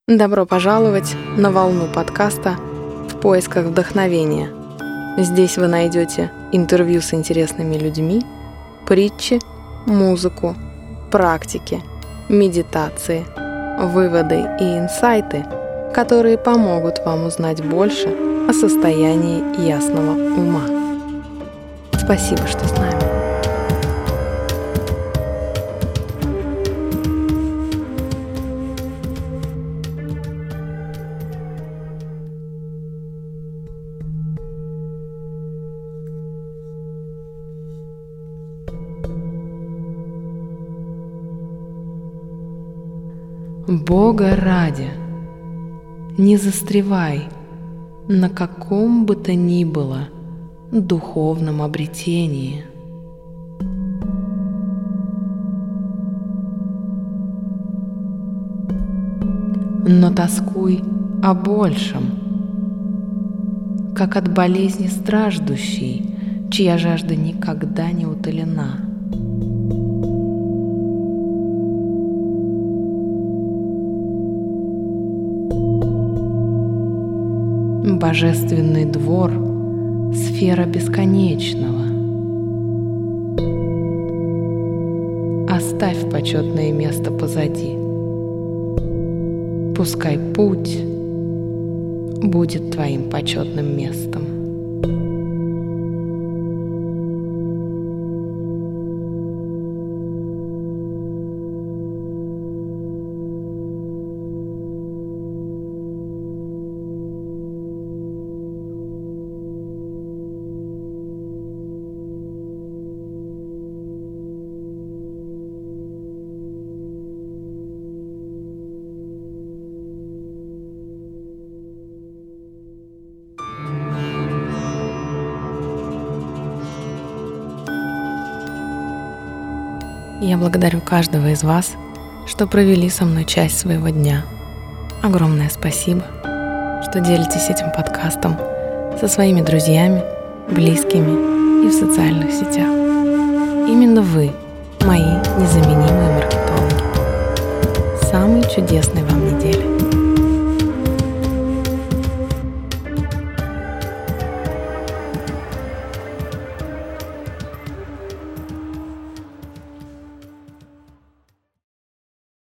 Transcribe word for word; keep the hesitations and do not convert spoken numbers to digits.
Добро пожаловать на волну подкаста «В поисках вдохновения». Здесь вы найдете интервью с интересными людьми, притчи, музыку, практики, медитации, выводы и инсайты, которые помогут вам узнать больше о состоянии ясного ума. Спасибо, что с нами. Бога ради, не застревай на каком бы то ни было духовном обретении. Но тоскуй о большем, как от болезни страждущей, чья жажда никогда не утолена. Божественный двор — сфера бесконечного. Оставь почетное место позади. Пускай путь будет твоим почетным местом. Я благодарю каждого из вас, что провели со мной часть своего дня. Огромное спасибо, что делитесь этим подкастом со своими друзьями, близкими и в социальных сетях. Именно вы — мои незаменимые маркетологи. Самой чудесной вам недели!